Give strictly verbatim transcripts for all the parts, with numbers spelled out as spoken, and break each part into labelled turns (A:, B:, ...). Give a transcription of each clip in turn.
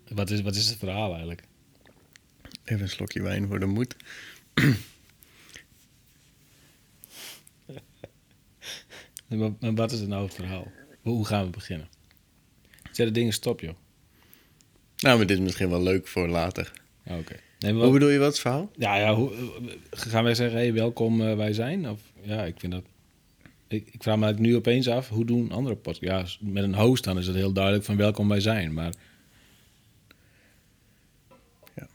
A: Wat is, wat is het verhaal eigenlijk?
B: Even een slokje wijn voor de moed.
A: Maar, maar wat is het nou het verhaal? Hoe, hoe gaan we beginnen? Zet de dingen stop, joh.
B: Nou, maar dit is misschien wel leuk voor later.
A: Oké. Okay. Nee,
B: Hoe bedoel je wat, het verhaal?
A: Ja, ja hoe, gaan wij zeggen, hey, welkom uh, wij zijn? Of, ja, ik vind dat... Ik, ik vraag me nu opeens af, hoe doen andere podcasts? Ja, met een host dan is het heel duidelijk van welkom wij zijn, maar...
B: Ja.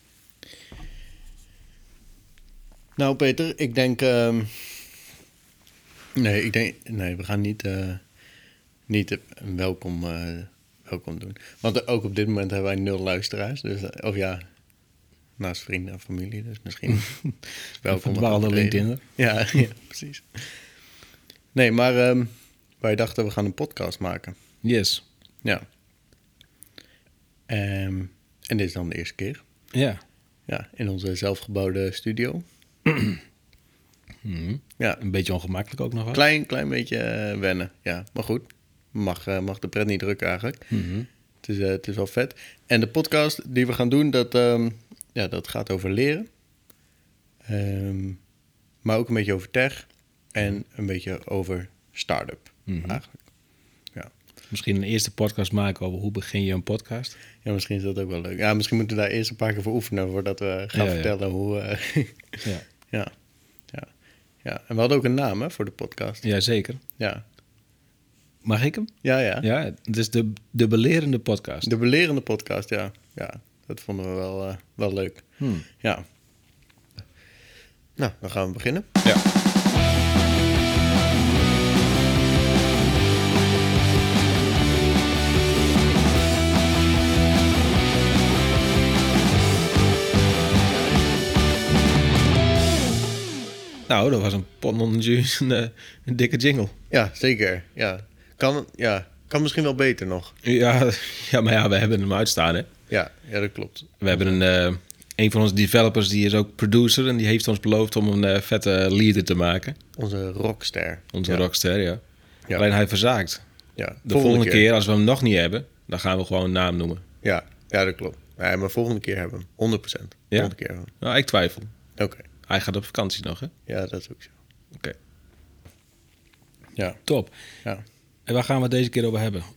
B: Nou, Peter, ik denk... Uh... Nee, ik denk... Nee, we gaan niet, uh, niet een welkom, uh, welkom doen. Want ook op dit moment hebben wij nul luisteraars. Dus, uh, of ja... Naast vrienden en familie, dus misschien welkom.
A: Verdwaalde LinkedIn.
B: Ja, ja, precies. Nee, maar um, wij dachten we gaan een podcast maken.
A: Yes.
B: Ja. Um, en dit is dan de eerste keer.
A: Ja.
B: Ja, in onze zelfgebouwde studio.
A: Mm-hmm.
B: Ja.
A: Een beetje ongemakkelijk ook nog wel.
B: Klein, klein beetje uh, wennen, ja. Maar goed, mag, uh, mag de pret niet drukken eigenlijk.
A: Mm-hmm.
B: Het is, uh, het is wel vet. En de podcast die we gaan doen, dat... Um, Ja, dat gaat over leren. Um, maar ook een beetje over tech. En een beetje over start-up, mm-hmm. eigenlijk. Ja.
A: Misschien een eerste podcast maken over hoe begin je een podcast?
B: Ja, misschien is dat ook wel leuk. Ja, misschien moeten we daar eerst een paar keer voor oefenen... voordat we gaan ja, vertellen ja. hoe... Uh,
A: ja.
B: ja. Ja. Ja. En we hadden ook een naam, hè, voor de podcast.
A: Jazeker.
B: Ja.
A: Mag ik hem?
B: Ja, ja.
A: Ja, het is de, de belerende podcast.
B: De belerende podcast, ja. Ja. Dat vonden we wel, uh, wel leuk.
A: Hmm.
B: Ja. Nou, dan gaan we beginnen.
A: Ja. Nou, dat was een potnonjuus, een, een dikke jingle.
B: Ja, zeker. Ja. Kan, ja. kan misschien wel beter nog.
A: Ja, ja, maar ja, we hebben hem uitstaan, hè.
B: Ja, ja, dat klopt.
A: We hebben een, uh, een van onze developers, die is ook producer... en die heeft ons beloofd om een uh, vette leader te maken.
B: Onze rockster.
A: Onze
B: ja.
A: rockster, ja.
B: ja.
A: Alleen hij verzaakt.
B: Ja,
A: de volgende, volgende keer. keer, als we hem nog niet hebben... dan gaan we gewoon een naam noemen.
B: Ja, ja dat klopt. Ja, maar volgende keer hebben we hem. honderd procent.
A: Ja?
B: Volgende keer hebben we hem.
A: Nou, ik twijfel.
B: Oké. Okay.
A: Hij gaat op vakantie nog, hè?
B: Ja, dat is ook zo.
A: Oké. Okay.
B: Ja.
A: Top.
B: Ja.
A: En waar gaan we het deze keer over hebben?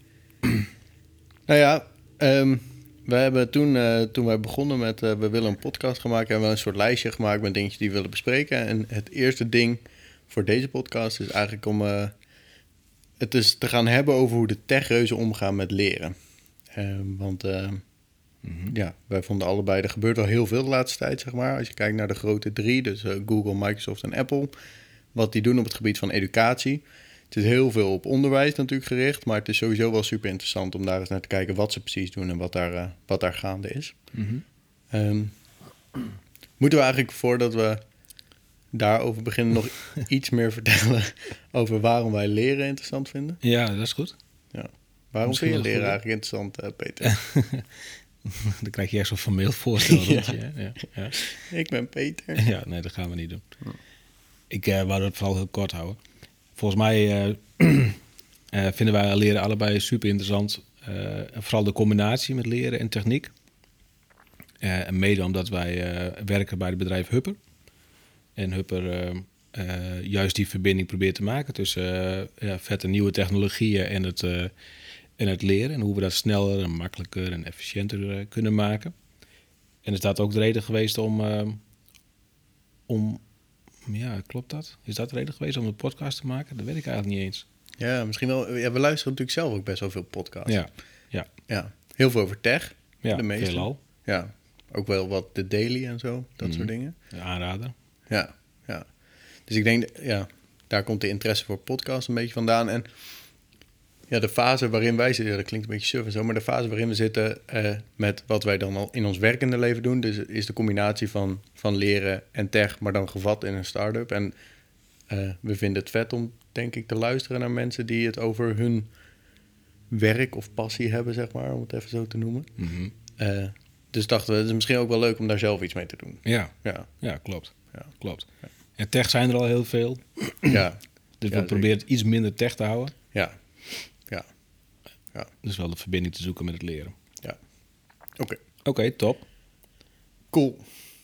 B: Nou ja... Um, We hebben toen, uh, toen wij begonnen met... Uh, we willen een podcast gaan maken... hebben we een soort lijstje gemaakt met dingetjes die we willen bespreken. En het eerste ding voor deze podcast is eigenlijk om... Uh, het is te gaan hebben over hoe de techreuzen omgaan met leren. Uh, want uh, mm-hmm. ja, wij vonden allebei... er gebeurt al heel veel de laatste tijd, zeg maar. Als je kijkt naar de grote drie, dus uh, Google, Microsoft en Apple... wat die doen op het gebied van educatie... Het is heel veel op onderwijs natuurlijk gericht... maar het is sowieso wel super interessant om daar eens naar te kijken... wat ze precies doen en wat daar, uh, wat daar gaande is.
A: Mm-hmm.
B: Um, moeten we eigenlijk voordat we daarover beginnen... nog iets meer vertellen over waarom wij leren interessant vinden?
A: Ja, dat is goed.
B: Ja. Waarom Misschien vind je leren goed, eigenlijk interessant, uh, Peter?
A: Dan krijg je echt zo'n formeel voorstel. ja. Je, ja, ja.
B: Ik ben Peter.
A: Ja, nee, dat gaan we niet doen. Hm. Ik uh, wou dat vooral heel kort houden. Volgens mij uh, uh, vinden wij leren allebei super interessant. Uh, vooral de combinatie met leren en techniek. Uh, en mede omdat wij uh, werken bij het bedrijf Hupper. En Hupper uh, uh, juist die verbinding probeert te maken... tussen uh, ja, vette nieuwe technologieën en het, uh, en het leren. En hoe we dat sneller en makkelijker en efficiënter uh, kunnen maken. En is dat ook de reden geweest om... Uh, om Ja, klopt dat? Is dat de reden geweest om een podcast te maken? Dat weet ik eigenlijk niet eens.
B: Ja, misschien wel. Ja, we luisteren natuurlijk zelf ook best wel veel podcasts.
A: Ja, ja.
B: ja. Heel veel over tech,
A: ja,
B: de meeste.
A: Veelal.
B: Ja, ook wel wat de Daily en zo, dat
A: mm.
B: soort dingen.
A: De aanrader.
B: Ja, ja. Dus ik denk, ja, daar komt de interesse voor podcasts een beetje vandaan. En ja, de fase waarin wij zitten, dat klinkt een beetje suf en zo... maar de fase waarin we zitten uh, met wat wij dan al in ons werkende leven doen... dus is de combinatie van, van leren en tech, maar dan gevat in een start-up. En uh, we vinden het vet om, denk ik, te luisteren naar mensen... die het over hun werk of passie hebben, zeg maar, om het even zo te noemen.
A: Mm-hmm.
B: Uh, dus dachten we, het is misschien ook wel leuk om daar zelf iets mee te doen.
A: Ja,
B: ja.
A: ja klopt.
B: Ja.
A: klopt. Ja. En tech zijn er al heel veel.
B: Ja.
A: Dus
B: ja,
A: we proberen het iets minder tech te houden.
B: Ja. Ja. Ja.
A: Dus wel de verbinding te zoeken met het leren.
B: Ja. Oké. Okay.
A: Oké, okay, top.
B: Cool.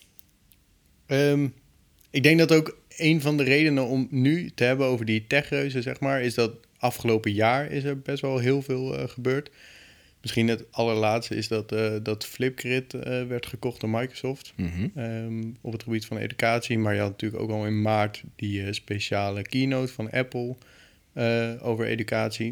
B: Um, ik denk dat ook een van de redenen om nu te hebben over die techreuzen, zeg maar, is dat afgelopen jaar is er best wel heel veel uh, gebeurd. Misschien het allerlaatste is dat, uh, dat Flipgrid uh, werd gekocht door Microsoft
A: Mm-hmm.
B: um, op het gebied van educatie. Maar je had natuurlijk ook al in maart die uh, speciale keynote van Apple uh, over educatie.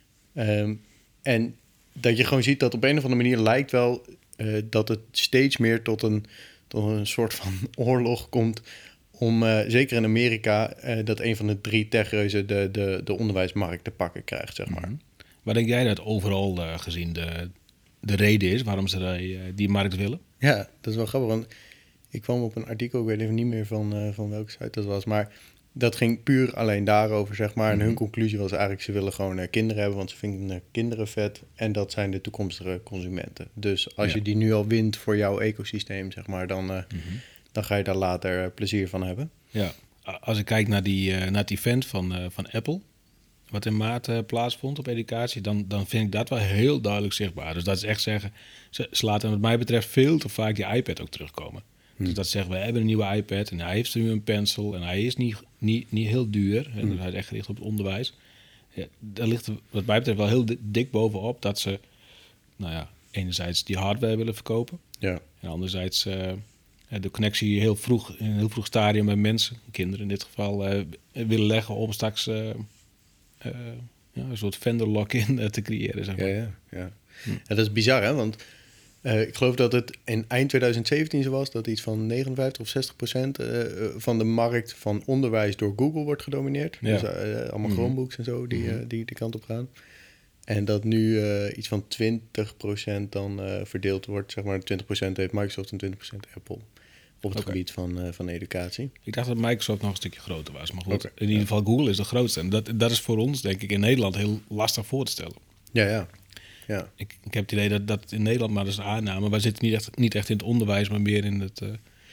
B: Um, en dat je gewoon ziet dat op een of andere manier lijkt wel uh, dat het steeds meer tot een, tot een soort van oorlog komt om, uh, zeker in Amerika, uh, dat een van de drie techreuzen de, de, de onderwijsmarkt te pakken krijgt, zeg maar.
A: Mm-hmm. Waar denk jij dat overal uh, gezien de, de reden is waarom ze die, uh, die markt willen?
B: Ja, dat is wel grappig, want ik kwam op een artikel, ik weet even niet meer van, uh, van welke site dat was, maar dat ging puur alleen daarover, zeg maar. En
A: Mm-hmm.
B: hun conclusie was eigenlijk, ze willen gewoon uh, kinderen hebben, want ze vinden uh, kinderen vet. En dat zijn de toekomstige consumenten. Dus als ja. je die nu al wint voor jouw ecosysteem, zeg maar, dan, uh, mm-hmm. dan ga je daar later uh, plezier van hebben.
A: Ja, als ik kijk naar, die, uh, naar het event van, uh, van Apple, wat in maart uh, plaatsvond op educatie, dan, dan vind ik dat wel heel duidelijk zichtbaar. Dus dat is echt zeggen, ze, ze laten wat mij betreft veel te vaak die iPad ook terugkomen. Hmm. Dus dat zeggen, we hebben een nieuwe iPad en hij heeft nu een pencil en hij is niet, niet, niet heel duur. Hmm. En dus hij is echt gericht op het onderwijs. Ja, daar ligt wat mij betreft wel heel dik bovenop dat ze, nou ja, enerzijds die hardware willen verkopen.
B: Ja.
A: En anderzijds uh, de connectie heel vroeg, in een heel vroeg stadium met mensen, kinderen in dit geval, uh, willen leggen om straks uh, uh, ja, een soort vendor lock-in uh, te creëren. Zeg maar.
B: Ja, ja, ja. Hm. Ja, dat is bizar, hè? Want Uh, ik geloof dat het in eind twintig zeventien zo was dat iets van negenenvijftig of zestig procent uh, van de markt van onderwijs door Google wordt gedomineerd. Ja. Dus uh, allemaal mm-hmm. Chromebooks en zo die, mm-hmm. uh, die die kant op gaan. En dat nu uh, iets van twintig procent dan uh, verdeeld wordt. Zeg maar twintig procent heeft Microsoft en twintig procent Apple op het okay. gebied van, uh, van educatie.
A: Ik dacht dat Microsoft nog een stukje groter was. Maar goed, okay. in ieder geval Google is de grootste. En dat, dat is voor ons, denk ik, in Nederland heel lastig voor te stellen.
B: Ja, ja. Ja.
A: Ik, ik heb het idee dat dat in Nederland maar dat is een aanname. Wij zitten niet echt, niet echt in het onderwijs, maar meer in het uh,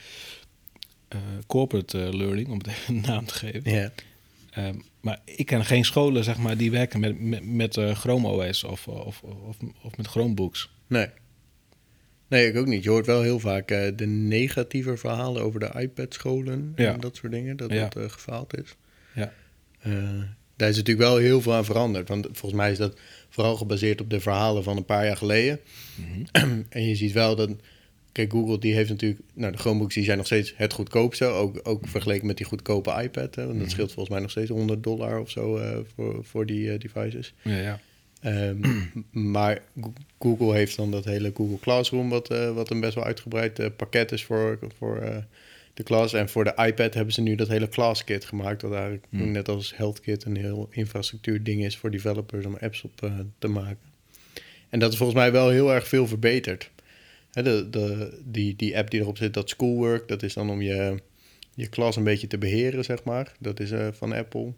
A: uh, corporate uh, learning, om het even een naam te geven.
B: Ja.
A: Um, maar ik ken geen scholen, zeg maar, die werken met, met, met uh, Chrome O S of, of, of, of met Chromebooks.
B: Nee. Nee, ik ook niet. Je hoort wel heel vaak uh, de negatieve verhalen over de iPad-scholen ja. en dat soort dingen, dat ja. dat uh, gefaald is.
A: Ja.
B: Uh, daar is natuurlijk wel heel veel aan veranderd. Want volgens mij is dat vooral gebaseerd op de verhalen van een paar jaar geleden. Mm-hmm. En je ziet wel dat... Kijk, Google die heeft natuurlijk... Nou, de Chromebooks die zijn nog steeds het goedkoopste. Ook, ook vergeleken met die goedkope iPad. Hè, want dat mm-hmm. scheelt volgens mij nog steeds honderd dollar of zo uh, voor, voor die uh, devices.
A: Ja, ja.
B: Um, maar Google heeft dan dat hele Google Classroom... wat, uh, wat een best wel uitgebreid uh, pakket is voor... voor uh, de klas. En voor de iPad hebben ze nu dat hele ClassKit gemaakt. Wat eigenlijk hmm. net als HealthKit een heel infrastructuur ding is voor developers om apps op uh, te maken. En dat is volgens mij wel heel erg veel verbeterd. Hè, de, de, die, die app die erop zit, dat Schoolwork, dat is dan om je, je klas een beetje te beheren, zeg maar. Dat is uh, van Apple.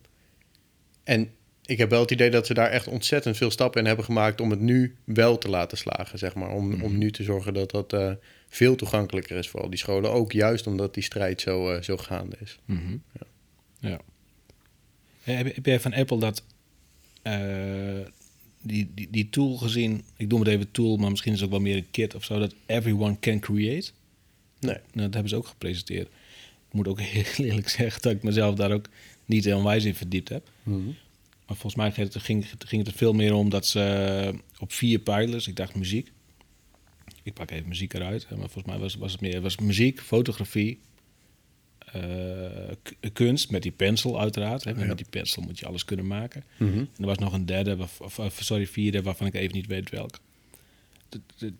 B: En ik heb wel het idee dat ze daar echt ontzettend veel stappen in hebben gemaakt om het nu wel te laten slagen, zeg maar. Om, mm-hmm. om nu te zorgen dat dat uh, veel toegankelijker is voor al die scholen. Ook juist omdat die strijd zo, uh, zo gaande is.
A: Mm-hmm. Ja. Ja. Hey, heb, heb jij van Apple dat uh, die, die, die tool gezien? Ik noem het even tool, maar misschien is het ook wel meer een kit of zo. Dat everyone can create.
B: Nee.
A: Nou, dat hebben ze ook gepresenteerd. Ik moet ook heel eerlijk zeggen dat ik mezelf daar ook niet heel wijs in verdiept heb.
B: Mm-hmm.
A: Maar volgens mij ging het, ging, ging het er veel meer om dat ze op vier pijlers, ik dacht muziek. Ik pak even muziek eruit, maar volgens mij was, was het meer was muziek, fotografie, uh, k- kunst met die pencil uiteraard. Hè. Ja. Met die pencil moet je alles kunnen maken.
B: Mm-hmm.
A: En er was nog een derde, of, of, sorry, vierde, waarvan ik even niet weet welke. De, de,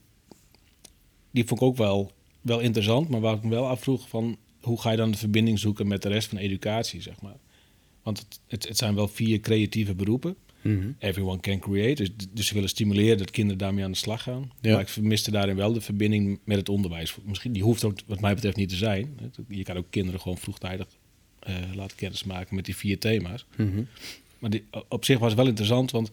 A: die vond ik ook wel, wel interessant, maar waar ik me wel afvroeg van hoe ga je dan de verbinding zoeken met de rest van educatie, zeg maar. Want het, het, het zijn wel vier creatieve beroepen.
B: Mm-hmm.
A: Everyone can create. Dus, dus ze willen stimuleren dat kinderen daarmee aan de slag gaan.
B: Ja.
A: Maar ik vermiste daarin wel de verbinding met het onderwijs. Misschien, die hoeft ook wat mij betreft niet te zijn. Je kan ook kinderen gewoon vroegtijdig uh, laten kennismaken met die vier thema's.
B: Mm-hmm.
A: Maar die, op zich was het wel interessant, want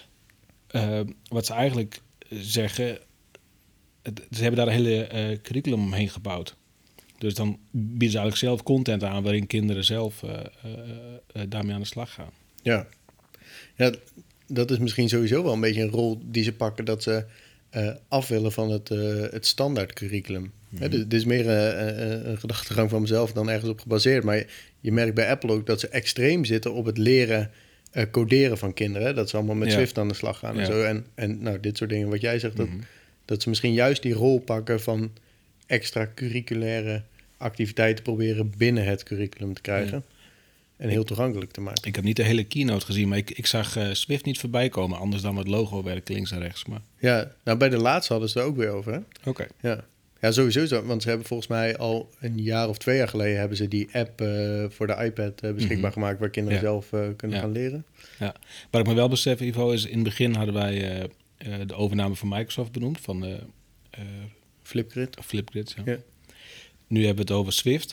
A: uh, wat ze eigenlijk zeggen... Het, ze hebben daar een hele uh, curriculum omheen gebouwd. Dus dan bieden ze eigenlijk zelf content aan waarin kinderen zelf uh, uh, uh, daarmee aan de slag gaan.
B: Ja. Ja, dat is misschien sowieso wel een beetje een rol die ze pakken. Dat ze uh, af willen van het, uh, het standaard curriculum.
A: Mm-hmm.
B: Hè, dit, dit is meer uh, een gedachtegang van mezelf dan ergens op gebaseerd. Maar je, je merkt bij Apple ook dat ze extreem zitten op het leren uh, coderen van kinderen. Hè? Dat ze allemaal met ja. Swift aan de slag gaan ja. en zo. En, en nou, dit soort dingen wat jij zegt, mm-hmm. dat, dat ze misschien juist die rol pakken van extra-curriculaire activiteiten proberen binnen het curriculum te krijgen. Ja. En heel toegankelijk te maken.
A: Ik heb niet de hele keynote gezien, maar ik, ik zag uh, Swift niet voorbij komen. Anders dan met logo-werk links en rechts. Maar...
B: Ja, nou bij de laatste hadden ze er ook weer over. Oké.
A: Okay.
B: Ja. ja, sowieso zo. Want ze hebben volgens mij al een jaar of twee jaar geleden... hebben ze die app uh, voor de iPad uh, beschikbaar mm-hmm. gemaakt... waar kinderen ja. zelf uh, kunnen ja. gaan leren.
A: Ja. Wat ik me wel besef, Ivo, is in het begin hadden wij uh, uh, de overname van Microsoft benoemd. Van uh, uh,
B: Flipgrid.
A: Flipgrid, ja.
B: ja.
A: Nu hebben we het over Swift.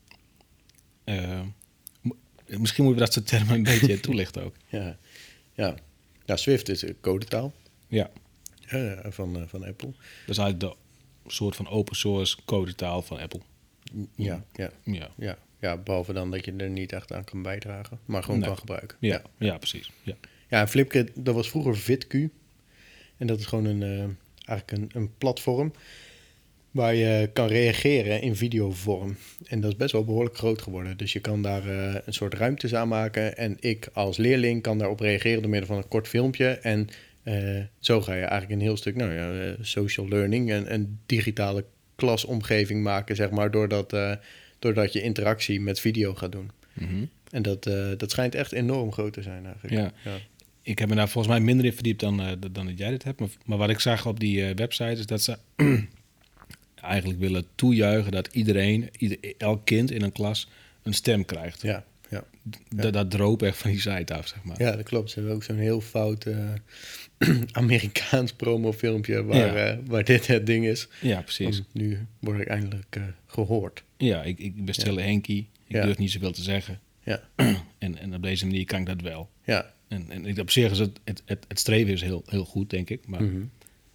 A: Uh, Misschien moeten we dat soort termen een beetje toelichten ook.
B: Ja, ja. ja Swift is een codetaal.
A: Ja.
B: Uh, van, uh, van Apple.
A: Dat is eigenlijk de soort van open source codetaal van Apple.
B: Ja, ja.
A: Ja.
B: ja. ja, behalve dan dat je er niet echt aan kan bijdragen, maar gewoon nee. kan gebruiken.
A: Ja, ja. ja precies. Ja,
B: ja en Flipgrid, dat was vroeger VidQ. En dat is gewoon een, uh, eigenlijk een, een platform... waar je kan reageren in videovorm. En dat is best wel behoorlijk groot geworden. Dus je kan daar uh, een soort ruimtes aan maken. En ik als leerling kan daarop reageren door middel van een kort filmpje. En uh, zo ga je eigenlijk een heel stuk nou ja, uh, social learning... en een digitale klasomgeving maken, zeg maar... doordat, uh, doordat je interactie met video gaat doen.
A: Mm-hmm.
B: En dat, uh, dat schijnt echt enorm groot te zijn eigenlijk.
A: Ja. Ja. Ik heb me daar volgens mij minder in verdiept dan, uh, dan dat jij dit hebt. Maar, maar wat ik zag op die uh, website is dat ze... eigenlijk willen toejuichen dat iedereen, ieder, elk kind in een klas een stem krijgt.
B: Ja, ja.
A: ja. Dat, dat droop echt van die site af, zeg maar.
B: Ja, dat klopt. Ze hebben ook zo'n heel fout uh, Amerikaans promofilmpje waar, ja. uh, waar dit het ding is.
A: Ja, precies.
B: Want nu word ik eindelijk uh, gehoord.
A: Ja, ik, ik ben stille ja. Henkie. Ik ja. durf niet zoveel te zeggen.
B: Ja.
A: en, en op deze manier kan ik dat wel.
B: Ja.
A: En, en op zich is het, het, het, het streven is heel, heel goed, denk ik. Maar...
B: Mm-hmm.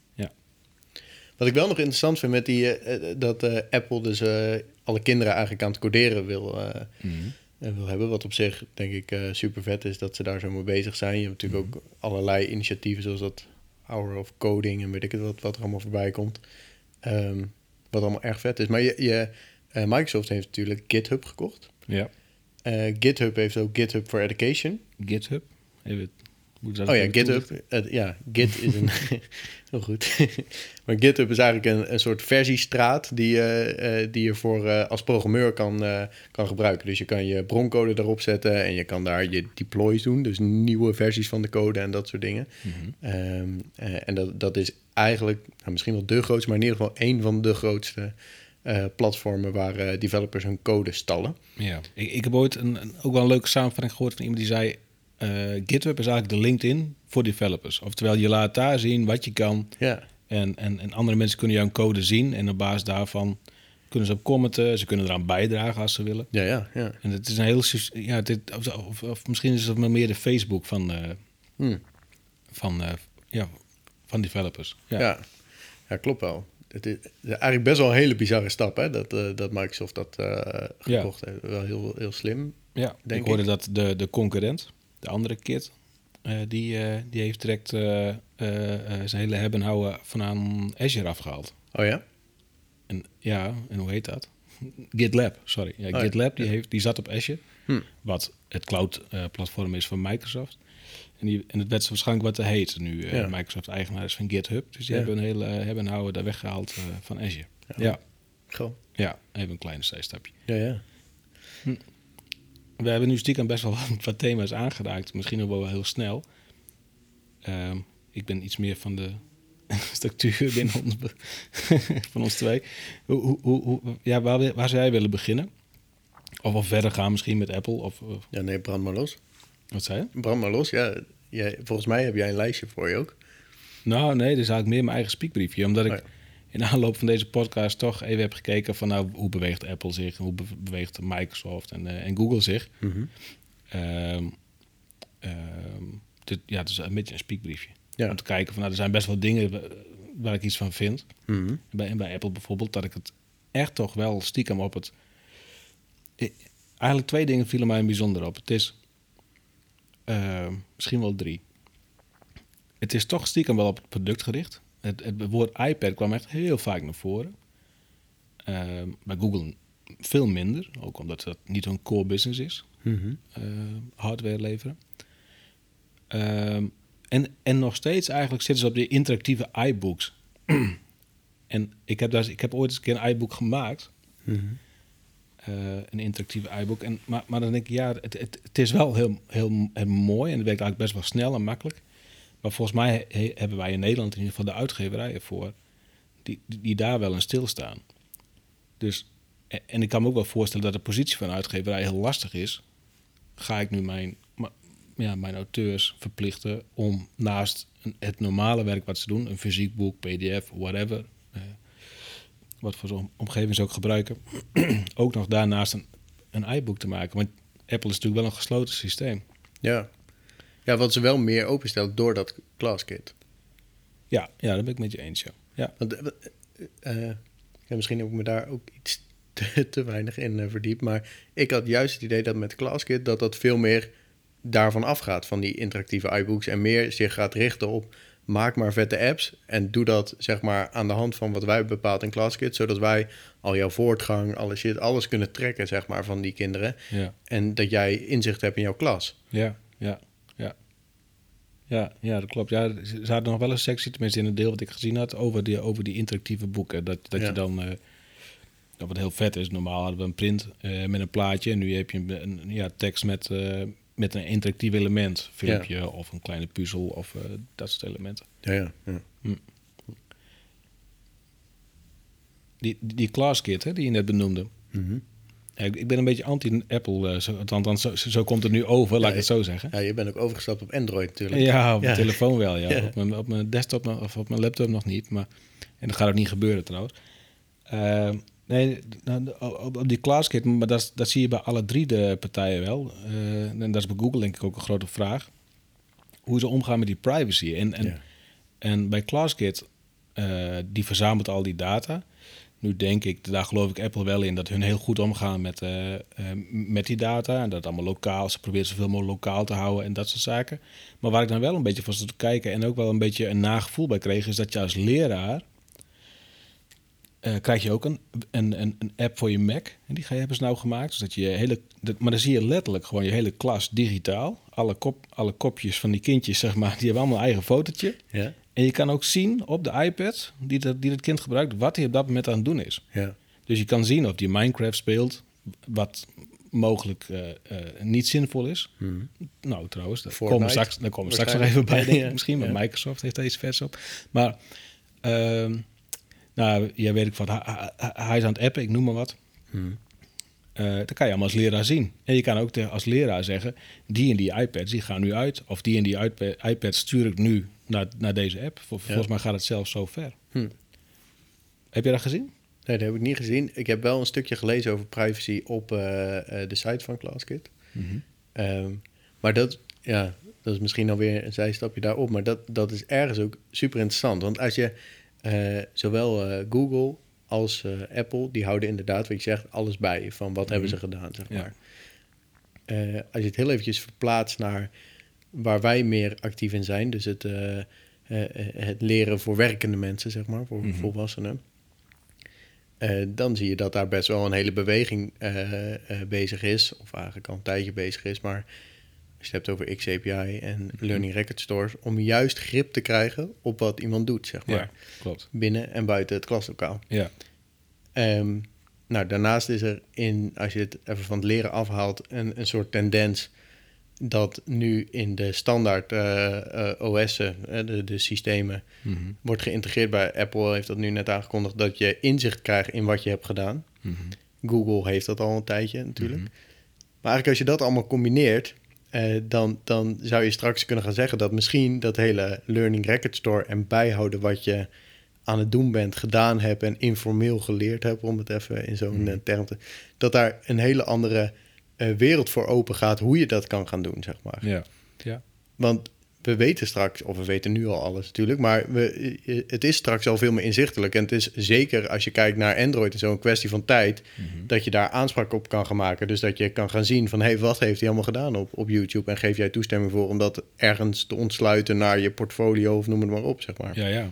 B: Wat ik wel nog interessant vind met die... Uh, dat uh, Apple dus uh, alle kinderen eigenlijk aan het coderen wil, uh, mm-hmm. uh, wil hebben. Wat op zich, denk ik, uh, super vet is dat ze daar zo mee bezig zijn. Je hebt natuurlijk mm-hmm. ook allerlei initiatieven zoals dat Hour of Coding... en weet ik het wat, wat er allemaal voorbij komt. Um, wat allemaal erg vet is. Maar je, je, uh, Microsoft heeft natuurlijk GitHub gekocht.
A: Ja.
B: Uh, GitHub heeft ook GitHub for Education.
A: GitHub? Even...
B: Oh ja, GitHub. Uh, ja, Git is een... heel goed. Maar GitHub is eigenlijk een, een soort versiestraat... die, uh, uh, die je voor, uh, als programmeur kan, uh, kan gebruiken. Dus je kan je broncode erop zetten... en je kan daar je deploys doen. Dus nieuwe versies van de code en dat soort dingen. Mm-hmm. Um, uh, en dat, dat is eigenlijk nou, misschien wel de grootste... maar in ieder geval één van de grootste... Uh, platformen waar uh, developers hun code stallen.
A: Ja, ik, ik heb ooit een, een, ook wel een leuke samenvatting gehoord... van iemand die zei... Uh, GitHub is eigenlijk de LinkedIn voor developers. Oftewel, je laat daar zien wat je kan.
B: Ja.
A: En, en, en andere mensen kunnen jouw code zien. En op basis daarvan kunnen ze op commenten. Ze kunnen eraan bijdragen als ze willen.
B: Ja, ja, ja.
A: En het is een heel... Ja, dit, of, of, of misschien is het maar meer de Facebook van, uh, hmm. van, uh, ja, van developers. Ja.
B: Ja. ja, klopt wel. Het is eigenlijk best wel een hele bizarre stap, hè? Dat, uh, dat Microsoft dat uh, gekocht ja. heeft. Wel heel, heel slim,
A: ja,
B: denk
A: ik hoorde ik. dat de, de concurrent... De andere kid, uh, die, uh, die heeft direct uh, uh, uh, zijn hele hebben en houden van aan Azure afgehaald.
B: Oh ja?
A: En, ja, en hoe heet dat? GitLab, sorry. Ja,
B: oh,
A: GitLab,
B: ja.
A: die, heeft, die zat op Azure,
B: hm.
A: wat het cloud-platform uh, is van Microsoft. En, die, en het werd waarschijnlijk wat te heet nu. Uh, ja. Microsoft-eigenaar is van GitHub. Dus die ja. hebben een hele uh, hebben en houden daar weggehaald uh, van Azure. Ja. ja.
B: Goh.
A: Ja, even een kleine zijstapje.
B: Ja, ja.
A: Hm. We hebben nu stiekem best wel wat thema's aangeraakt. Misschien ook wel heel snel. Uh, ik ben iets meer van de structuur binnen ons, van ons twee. Hoe, hoe, hoe, ja, waar, waar zou jij willen beginnen? Of, of verder gaan misschien met Apple? Of, of...
B: Ja, nee, brand maar los.
A: Wat zei je?
B: Brand maar los, ja. Jij, volgens mij heb jij een lijstje voor je ook.
A: Nou, nee, dit is eigenlijk meer mijn eigen speakbriefje. Omdat ik... Oh ja. In aanloop van deze podcast toch even heb gekeken van nou, hoe beweegt Apple zich, hoe beweegt Microsoft en, uh, en Google zich.
B: Mm-hmm.
A: Um, um, dit, ja, het is een beetje een speakbriefje.
B: Ja.
A: Om te kijken van nou, er zijn best wel dingen waar ik iets van vind.
B: Mm-hmm.
A: Bij, bij Apple bijvoorbeeld, dat ik het echt toch wel stiekem op het... Eigenlijk twee dingen vielen mij bijzonder op. Het is uh, misschien wel drie. Het is toch stiekem wel op het product gericht. het, het woord iPad kwam echt heel vaak naar voren. Uh, bij Google veel minder, ook omdat dat niet hun core business is,
B: Mm-hmm.
A: uh, hardware leveren. Uh, en, en nog steeds eigenlijk zitten ze op die interactieve iBooks. En ik heb, daar, ik heb ooit eens een keer een iBook gemaakt.
B: Mm-hmm.
A: Uh, een interactieve iBook. En, maar, maar dan denk ik, ja, het, het, het is wel heel, heel, heel mooi en het werkt eigenlijk best wel snel en makkelijk. Maar volgens mij he, hebben wij in Nederland in ieder geval de uitgeverijen voor die, die, die daar wel in stilstaan. Dus, en ik kan me ook wel voorstellen dat de positie van een uitgeverij heel lastig is. Ga ik nu mijn, ja, mijn auteurs verplichten om naast het normale werk wat ze doen, een fysiek boek, P D F, whatever, uh, wat voor zo'n omgeving ze ook gebruiken, ook nog daarnaast een, een iBook te maken. Want Apple is natuurlijk wel een gesloten systeem.
B: Ja. Ja, wat ze wel meer openstelt door dat ClassKit.
A: Ja, ja, dat ben ik met je eens, ja. ja.
B: Want, uh, ja, misschien heb ik me daar ook iets te, te weinig in uh, verdiept, maar ik had juist het idee dat met ClassKit dat dat veel meer daarvan afgaat, van die interactieve iBooks, en meer zich gaat richten op maak maar vette apps en doe dat zeg maar aan de hand van wat wij bepaald in ClassKit, zodat wij al jouw voortgang, alle shit, alles kunnen trekken zeg maar van die kinderen.
A: Ja.
B: En dat jij inzicht hebt in jouw klas.
A: Ja, ja, ja. Ja, ja, dat klopt. Ja, ze hadden nog wel een sectie, tenminste in het deel wat ik gezien had, over die, over die interactieve boeken. Dat, dat ja. je dan, uh, wat heel vet is, normaal hadden we een print uh, met een plaatje en nu heb je een, een ja, tekst met, uh, met een interactief element, filmpje ja. of een kleine puzzel of uh, dat soort elementen.
B: Ja, ja. ja.
A: Hm. Die, die ClassKit, hè, die je net benoemde.
B: Mm-hmm.
A: Ik ben een beetje anti-Apple, uh, zo, althans, zo, zo komt het nu over, laat ja, ik het zo zeggen.
B: Ja, je bent ook overgestapt op Android natuurlijk.
A: Ja, op
B: ja.
A: mijn telefoon wel, ja.
B: ja.
A: Op, mijn, op mijn desktop nog, of op mijn laptop nog niet. Maar, en dat gaat ook niet gebeuren trouwens. Uh, nee, op, op die ClassKit, maar dat, dat zie je bij alle drie de partijen wel. Uh, en dat is bij Google denk ik ook een grote vraag. Hoe ze omgaan met die privacy. En, en, ja. en bij ClassKit, uh, die verzamelt al die data. Nu denk ik, daar geloof ik Apple wel in, dat hun heel goed omgaan met, uh, uh, met die data. En dat allemaal lokaal, ze proberen zoveel mogelijk lokaal te houden en dat soort zaken. Maar waar ik dan wel een beetje van zat te kijken en ook wel een beetje een nagevoel bij kreeg, is dat je als leraar, uh, krijg je ook een, een, een, een app voor je Mac. En die hebben ze nou gemaakt. Dus dat je hele, dat, maar dan zie je letterlijk gewoon je hele klas digitaal. Alle, kop, alle kopjes van die kindjes, zeg maar, die hebben allemaal een eigen fotootje.
B: Ja.
A: En je kan ook zien op de iPad die dat, die dat kind gebruikt, wat hij op dat moment aan het doen is.
B: Ja.
A: Dus je kan zien of die Minecraft speelt, wat mogelijk uh, uh, niet zinvol is.
B: Hmm.
A: Nou, trouwens, daar komen we straks, daar komen we straks nog even bij, denk ik, ja. misschien. Maar ja. Microsoft heeft daar iets vers op. Maar, uh, nou, ja, weet ik wat, hij, hij is aan het appen, ik noem maar wat.
B: Hmm.
A: Uh, dat kan je allemaal als leraar zien. En je kan ook tegen, als leraar zeggen, die en die iPads, die gaan nu uit. Of die en die iPad, iPad stuur ik nu naar, naar deze app. Vol, ja. Volgens mij gaat het zelfs zo ver.
B: Hm.
A: Heb je dat gezien?
B: Nee, dat heb ik niet gezien. Ik heb wel een stukje gelezen over privacy op uh, uh, de site van ClassKit.
A: Mm-hmm.
B: Um, maar dat, ja, dat is misschien alweer een zijstapje daarop. Maar dat, dat is ergens ook super interessant. Want als je uh, zowel uh, Google als uh, Apple, die houden inderdaad, wat je zegt, alles bij. Van wat mm-hmm. hebben ze gedaan, zeg maar. Ja. Uh, als je het heel eventjes verplaatst naar waar wij meer actief in zijn. Dus het, uh, uh, het leren voor werkende mensen, zeg maar, voor mm-hmm. volwassenen. Uh, dan zie je dat daar best wel een hele beweging uh, uh, bezig is. Of eigenlijk al een tijdje bezig is. Maar als je het hebt over X A P I en mm-hmm. Learning Record Stores, om juist grip te krijgen op wat iemand doet, zeg maar.
A: Ja, klopt.
B: Binnen en buiten het klaslokaal.
A: Ja.
B: Um, nou, daarnaast is er in, als je het even van het leren afhaalt, een, een soort tendens dat nu in de standaard uh, uh, O S'en, uh, de, de systemen, mm-hmm. wordt geïntegreerd bij Apple. Heeft dat nu net aangekondigd, dat je inzicht krijgt in wat je hebt gedaan. Mm-hmm. Google heeft dat al een tijdje natuurlijk. Mm-hmm. Maar eigenlijk als je dat allemaal combineert, uh, dan, dan zou je straks kunnen gaan zeggen dat misschien dat hele Learning Record Store en bijhouden wat je aan het doen bent, gedaan hebt en informeel geleerd hebt, om het even in zo'n mm-hmm. term te, dat daar een hele andere uh, wereld voor open gaat hoe je dat kan gaan doen, zeg maar.
A: Ja. Ja.
B: Want we weten straks, of we weten nu al alles natuurlijk, maar we, het is straks al veel meer inzichtelijk. En het is zeker als je kijkt naar Android en zo een kwestie van tijd, mm-hmm. dat je daar aanspraak op kan gaan maken. Dus dat je kan gaan zien van, hé, hey, wat heeft hij allemaal gedaan op, op YouTube? En geef jij toestemming voor om dat ergens te ontsluiten naar je portfolio of noem het maar op, zeg maar.
A: Ja, ja.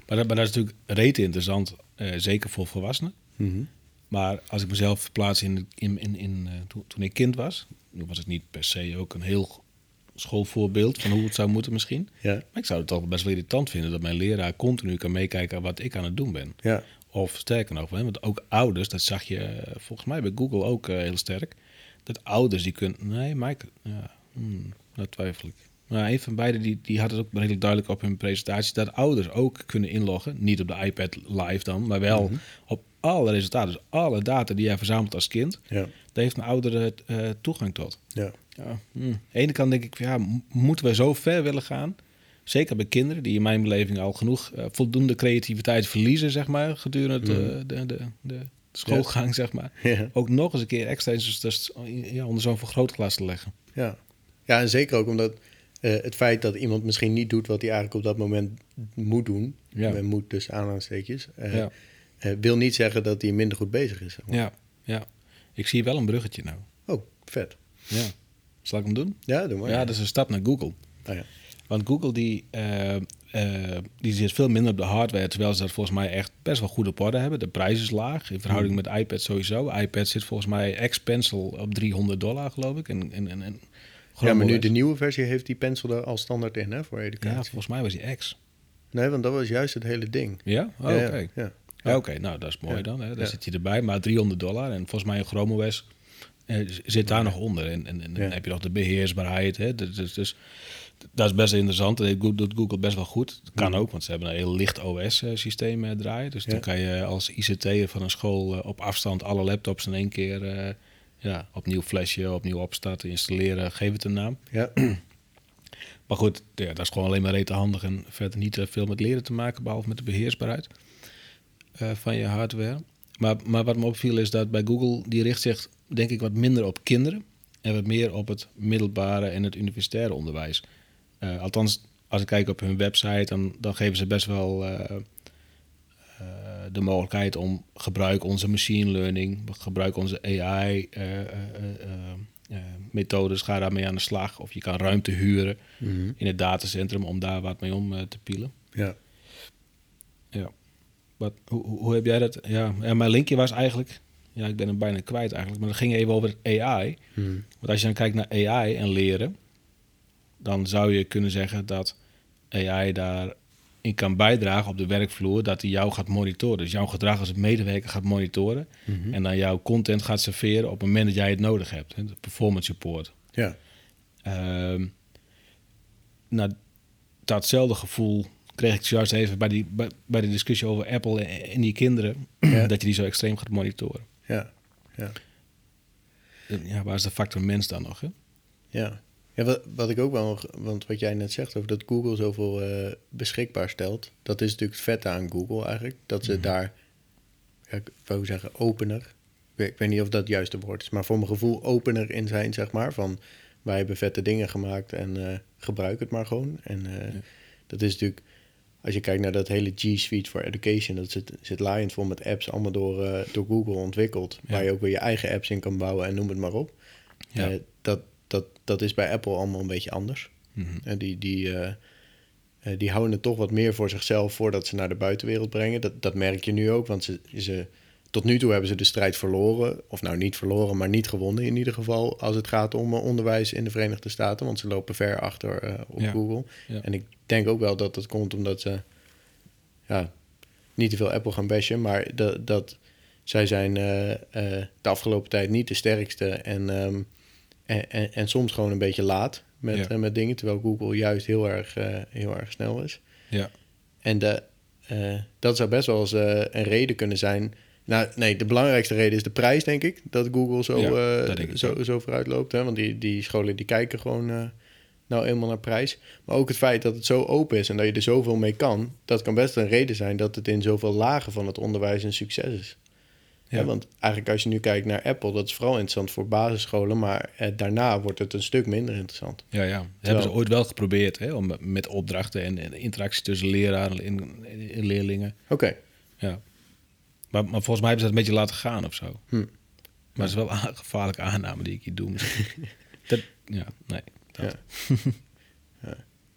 A: Maar dat, maar dat is natuurlijk rete interessant, uh, zeker voor volwassenen.
B: Mm-hmm.
A: Maar als ik mezelf verplaats in, in, in, in uh, to, toen ik kind was, toen was het niet per se ook een heel schoolvoorbeeld van hoe het zou moeten misschien.
B: Ja.
A: Maar ik zou het toch best wel irritant vinden dat mijn leraar continu kan meekijken wat ik aan het doen ben.
B: Ja.
A: Of sterker nog, want ook ouders, dat zag je uh, volgens mij bij Google ook uh, heel sterk. Dat ouders die kunnen... Nee, Mike, ja, hmm, dat twijfel ik. Maar een van beiden die, die had het ook redelijk duidelijk op hun presentatie, dat ouders ook kunnen inloggen. Niet op de iPad live dan, maar wel mm-hmm. op alle resultaten. Dus alle data die jij verzamelt als kind,
B: ja.
A: daar heeft een ouder uh, toegang tot.
B: Ja.
A: Ja, hmm. Aan de ene kant denk ik, ja, moeten we zo ver willen gaan? Zeker bij kinderen die in mijn beleving al genoeg uh, voldoende creativiteit verliezen, zeg maar, gedurende mm. de, de, de, de schoolgang, ja. zeg maar.
B: Ja. Ook
A: nog eens een keer extra dus, dus, ja, onder zo'n vergrootglas te leggen.
B: Ja. Ja, en zeker ook omdat uh, het feit dat iemand misschien niet doet wat hij eigenlijk op dat moment moet doen, ja. uh, moet dus aanhalingstekens, uh, ja. uh, wil niet zeggen dat hij minder goed bezig is. Zeg maar.
A: Ja, ja. Ik zie wel een bruggetje nou.
B: Oh, vet.
A: Ja. Zal ik hem doen?
B: Ja, doe maar.
A: Ja, dat is een stap naar Google.
B: Oh, ja.
A: Want Google die, uh, uh, die zit veel minder op de hardware, terwijl ze dat volgens mij echt best wel goed op orde hebben. De prijs is laag, in verhouding mm. met iPad sowieso. iPad zit volgens mij X-Pencil op driehonderd dollar, geloof ik. En, en, en, en
B: ja, maar nu de nieuwe versie heeft die Pencil er al standaard in, hè, voor educatie.
A: Ja, volgens mij was die X.
B: Nee, want dat was juist het hele ding.
A: Ja? Oh,
B: ja,
A: oké. Okay.
B: Ja, ja.
A: ja, okay. Nou, dat is mooi ja. dan. Hè. Daar
B: ja.
A: zit je erbij, maar driehonderd dollar. En volgens mij een Chrome O S eh, zit daar ja. nog onder. En, en, en ja. dan heb je nog de beheersbaarheid. Hè. Dus, dus, dus dat is best interessant. Dat doet Google best wel goed. Dat kan ook, want ze hebben een heel licht O S-systeem uh, draaien. Dus ja. dan kan je als I C T'er van een school uh, op afstand alle laptops in één keer uh, ja, opnieuw flashen, opnieuw opstarten, installeren, geef het een naam.
B: Ja.
A: Maar goed, ja, dat is gewoon alleen maar rete handig en verder niet uh, veel met leren te maken, behalve met de beheersbaarheid uh, van je hardware. Maar, maar wat me opviel is dat bij Google, die richt zich denk ik wat minder op kinderen en wat meer op het middelbare en het universitaire onderwijs. Uh, althans, als ik kijk op hun website, dan, dan geven ze best wel uh, uh, de mogelijkheid om gebruik onze machine learning, gebruik onze A I uh, uh, uh, uh, methodes, ga daarmee aan de slag. Of je kan ruimte huren mm-hmm. in het datacentrum om daar wat mee om uh, te pielen.
B: Ja.
A: Ja. Wat, hoe, hoe heb jij dat? Ja, ja, mijn linkje was eigenlijk, ja, ik ben hem bijna kwijt eigenlijk, maar dat ging even over het A I. Mm. Want als je dan kijkt naar A I en leren, dan zou je kunnen zeggen dat A I daarin kan bijdragen op de werkvloer, dat hij jou gaat monitoren. Dus jouw gedrag als medewerker gaat monitoren mm-hmm. en dan jouw content gaat serveren op het moment dat jij het nodig hebt. Hè, de performance support.
B: Ja.
A: Um, nou, datzelfde gevoel kreeg ik juist even bij, die, bij, bij de discussie over Apple en die kinderen, ja. dat je die zo extreem gaat monitoren.
B: Ja. Ja.
A: Ja, waar is de factor mens dan nog? Hè?
B: Ja. Ja, wat, wat ik ook wel, want wat jij net zegt over dat Google zoveel uh, beschikbaar stelt, dat is natuurlijk het vette aan Google eigenlijk. Dat ze mm-hmm. daar, ja, ik wou zeggen opener, ik weet, ik weet niet of dat het juiste woord is, maar voor mijn gevoel opener in zijn, zeg maar, van wij hebben vette dingen gemaakt en uh, gebruik het maar gewoon. En uh, ja. dat is natuurlijk, als je kijkt naar dat hele G Suite for Education, dat zit, zit laaiend vol met apps, allemaal door, uh, door Google ontwikkeld, ja. waar je ook weer je eigen apps in kan bouwen en noem het maar op. Ja. Uh, dat Dat, dat is bij Apple allemaal een beetje anders. Mm-hmm. En die, die, uh, uh, die houden het toch wat meer voor zichzelf voordat ze naar de buitenwereld brengen. Dat, dat merk je nu ook, want ze, ze, tot nu toe hebben ze de strijd verloren. Of nou niet verloren, maar niet gewonnen in ieder geval, als het gaat om uh, onderwijs in de Verenigde Staten. Want ze lopen ver achter uh, op ja. Google. Ja. En ik denk ook wel dat dat komt omdat ze ja, niet te veel Apple gaan bashen. Maar dat, dat zij zijn uh, uh, de afgelopen tijd niet de sterkste en... Um, En, en, en soms gewoon een beetje laat met, ja. uh, met dingen, terwijl Google juist heel erg, uh, heel erg snel is.
A: Ja.
B: En de, uh, dat zou best wel eens uh, een reden kunnen zijn. Nou, nee, de belangrijkste reden is de prijs, denk ik. Dat Google zo, ja, uh, zo, zo vooruit loopt. Hè? Want die, die scholen die kijken gewoon uh, nou eenmaal naar prijs. Maar ook het feit dat het zo open is en dat je er zoveel mee kan, dat kan best een reden zijn dat het in zoveel lagen van het onderwijs een succes is. Ja. Ja, want eigenlijk als je nu kijkt naar Apple, dat is vooral interessant voor basisscholen, maar eh, daarna wordt het een stuk minder interessant.
A: Ja, ja. Dat Terwijl... hebben ze ooit wel geprobeerd, hè, om met opdrachten en, en interactie tussen leraren en, en leerlingen.
B: Oké. Okay.
A: Ja. Maar, maar volgens mij hebben ze dat een beetje laten gaan of zo.
B: Hm.
A: Maar ja. het is wel een gevaarlijke aanname die ik hier doe. dat, ja, nee. Dat.
B: Ja. Ja.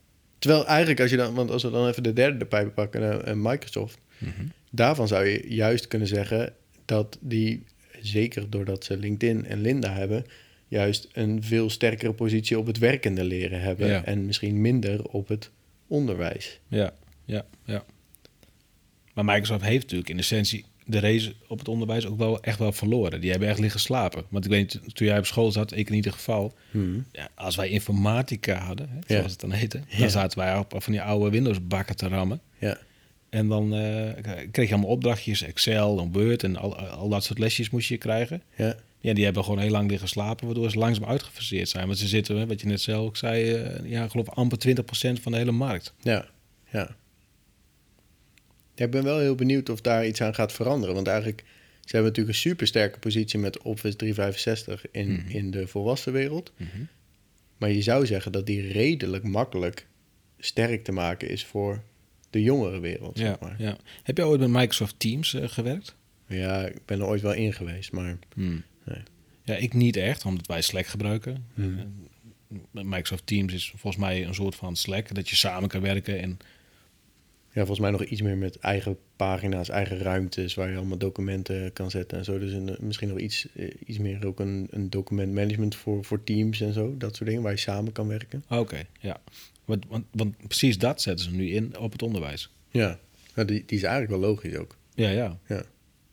B: Terwijl eigenlijk als je dan... Want als we dan even de derde erbij pakken, uh, Microsoft...
A: Mm-hmm.
B: Daarvan zou je juist kunnen zeggen dat die, zeker doordat ze LinkedIn en Lynda hebben, juist een veel sterkere positie op het werkende leren hebben.
A: Ja.
B: En misschien minder op het onderwijs.
A: Ja, ja, ja. Maar Microsoft heeft natuurlijk in essentie de race op het onderwijs ook wel echt wel verloren. Die hebben echt liggen slapen. Want ik weet, toen jij op school zat, ik in ieder geval,
B: Hmm.
A: ja, als wij informatica hadden, hè, zoals
B: Ja.
A: het dan heette, dan
B: Ja.
A: zaten wij op van die oude Windows-bakken te rammen.
B: Ja,
A: En dan uh, kreeg je allemaal opdrachtjes, Excel en Word en al, al dat soort lesjes moest je krijgen.
B: ja,
A: Ja, die hebben gewoon heel lang liggen slapen, waardoor ze langzaam uitgefaseerd zijn. Want ze zitten, wat je net zelf ook zei, uh, ja, ik geloof amper twintig procent van de hele markt.
B: ja, ja. Ja, ik ben wel heel benieuwd of daar iets aan gaat veranderen. Want eigenlijk, ze hebben natuurlijk een supersterke positie met Office driehonderdvijfenzestig in,
A: Mm-hmm.
B: in de volwassen wereld.
A: Mm-hmm.
B: Maar je zou zeggen dat die redelijk makkelijk sterk te maken is voor de jongere wereld.
A: Ja,
B: zeg maar.
A: ja. Heb jij ooit met Microsoft Teams uh, gewerkt?
B: Ja, ik ben er ooit wel in geweest, maar...
A: Hmm.
B: Nee.
A: Ja, ik niet echt, omdat wij Slack gebruiken.
B: Hmm.
A: Uh, Microsoft Teams is volgens mij een soort van Slack, dat je samen kan werken. En
B: Ja, volgens mij nog iets meer met eigen pagina's, eigen ruimtes... waar je allemaal documenten kan zetten en zo. Dus een, misschien nog iets, uh, iets meer ook een, een documentmanagement voor, voor teams en zo. Dat soort dingen, waar je samen kan werken.
A: Oké, okay, ja. Want, want, want precies dat zetten ze nu in op het onderwijs.
B: Ja, nou, die, die is eigenlijk wel logisch ook.
A: Ja, ja.
B: Ja,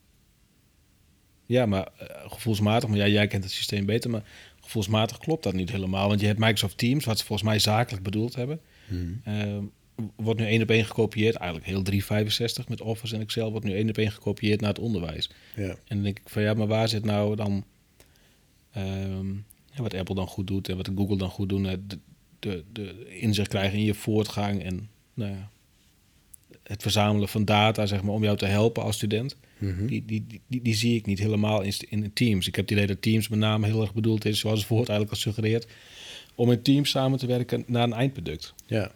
A: ja maar uh, gevoelsmatig, maar ja, jij kent het systeem beter... maar gevoelsmatig klopt dat niet helemaal. Want je hebt Microsoft Teams, wat ze volgens mij zakelijk bedoeld hebben...
B: hmm.
A: Uh, wordt nu één op één gekopieerd. Eigenlijk heel driehonderdvijfenzestig met Office en Excel... wordt nu één op één gekopieerd naar het onderwijs.
B: Ja.
A: En dan denk ik van ja, maar waar zit nou dan... Um, ja, wat Apple dan goed doet en wat Google dan goed doen... de, de, de inzicht krijgen in je voortgang... en nou ja, het verzamelen van data, zeg maar, om jou te helpen als student...
B: Mm-hmm.
A: Die, die, die, die zie ik niet helemaal in, in Teams. Ik heb het idee dat Teams met name heel erg bedoeld is... zoals het woord eigenlijk al suggereert... om in teams samen te werken naar een eindproduct.
B: Ja.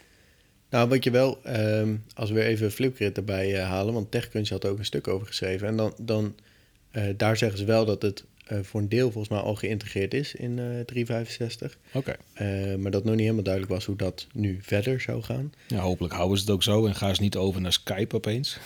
B: Nou, wat je wel, um, als we even Flipgrid erbij uh, halen... want TechCrunch had ook een stuk over geschreven... en dan, dan uh, daar zeggen ze wel dat het uh, voor een deel volgens mij al geïntegreerd is in uh, driehonderdvijfenzestig.
A: Oké.
B: Okay. Uh, maar dat nog niet helemaal duidelijk was hoe dat nu verder zou gaan.
A: Ja, hopelijk houden ze het ook zo en gaan ze niet over naar Skype opeens.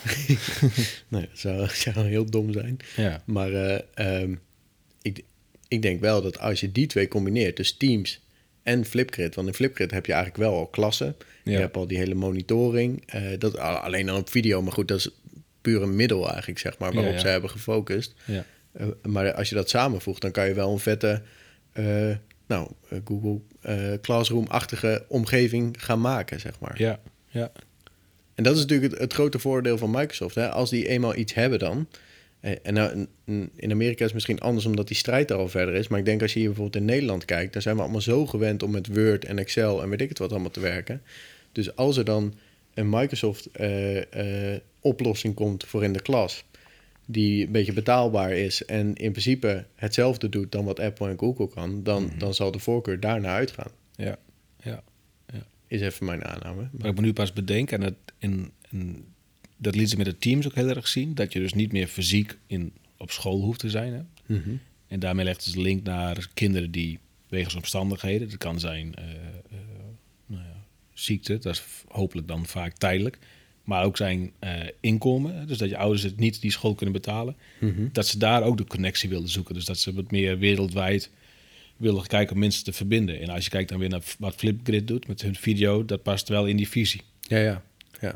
B: Nee, dat zou, zou heel dom zijn.
A: Ja.
B: Maar uh, um, ik, ik denk wel dat als je die twee combineert, dus Teams en Flipgrid... want in Flipgrid heb je eigenlijk wel al klassen...
A: Ja.
B: Je hebt al die hele monitoring. Uh, dat, alleen dan op video, maar goed, dat is puur een middel eigenlijk, zeg maar, waarop
A: ja, ja.
B: ze hebben gefocust.
A: Ja.
B: Uh, maar als je dat samenvoegt, dan kan je wel een vette uh, nou, uh, Google uh, Classroom-achtige omgeving gaan maken, zeg maar.
A: Ja, ja.
B: En dat is natuurlijk het, het grote voordeel van Microsoft. Hè? Als die eenmaal iets hebben dan... Uh, en nou, in Amerika is het misschien anders omdat die strijd daar al verder is. Maar ik denk als je hier bijvoorbeeld in Nederland kijkt... dan zijn we allemaal zo gewend om met Word en Excel en weet ik het wat allemaal te werken. Dus als er dan een Microsoft uh, uh, oplossing komt voor in de klas... die een beetje betaalbaar is en in principe hetzelfde doet dan wat Apple en Google kan... dan, mm-hmm. dan zal de voorkeur daarnaar uitgaan.
A: Ja, ja, ja.
B: Is even mijn aanname.
A: Maar ik me nu pas bedenken, en dat, in, in, dat liet ze met de Teams ook heel erg zien... dat je dus niet meer fysiek in, op school hoeft te zijn. Hè?
B: Mm-hmm.
A: En daarmee legt ze de link naar kinderen die wegens omstandigheden... dat kan zijn uh, uh, nou ja, ziekte, dat is hopelijk dan vaak tijdelijk... maar ook zijn uh, inkomen, dus dat je ouders het niet die school kunnen betalen...
B: Mm-hmm.
A: dat ze daar ook de connectie wilden zoeken. Dus dat ze wat meer wereldwijd willen kijken om mensen te verbinden. En als je kijkt dan weer naar wat Flipgrid doet met hun video... dat past wel in die visie.
B: Ja, ja, ja.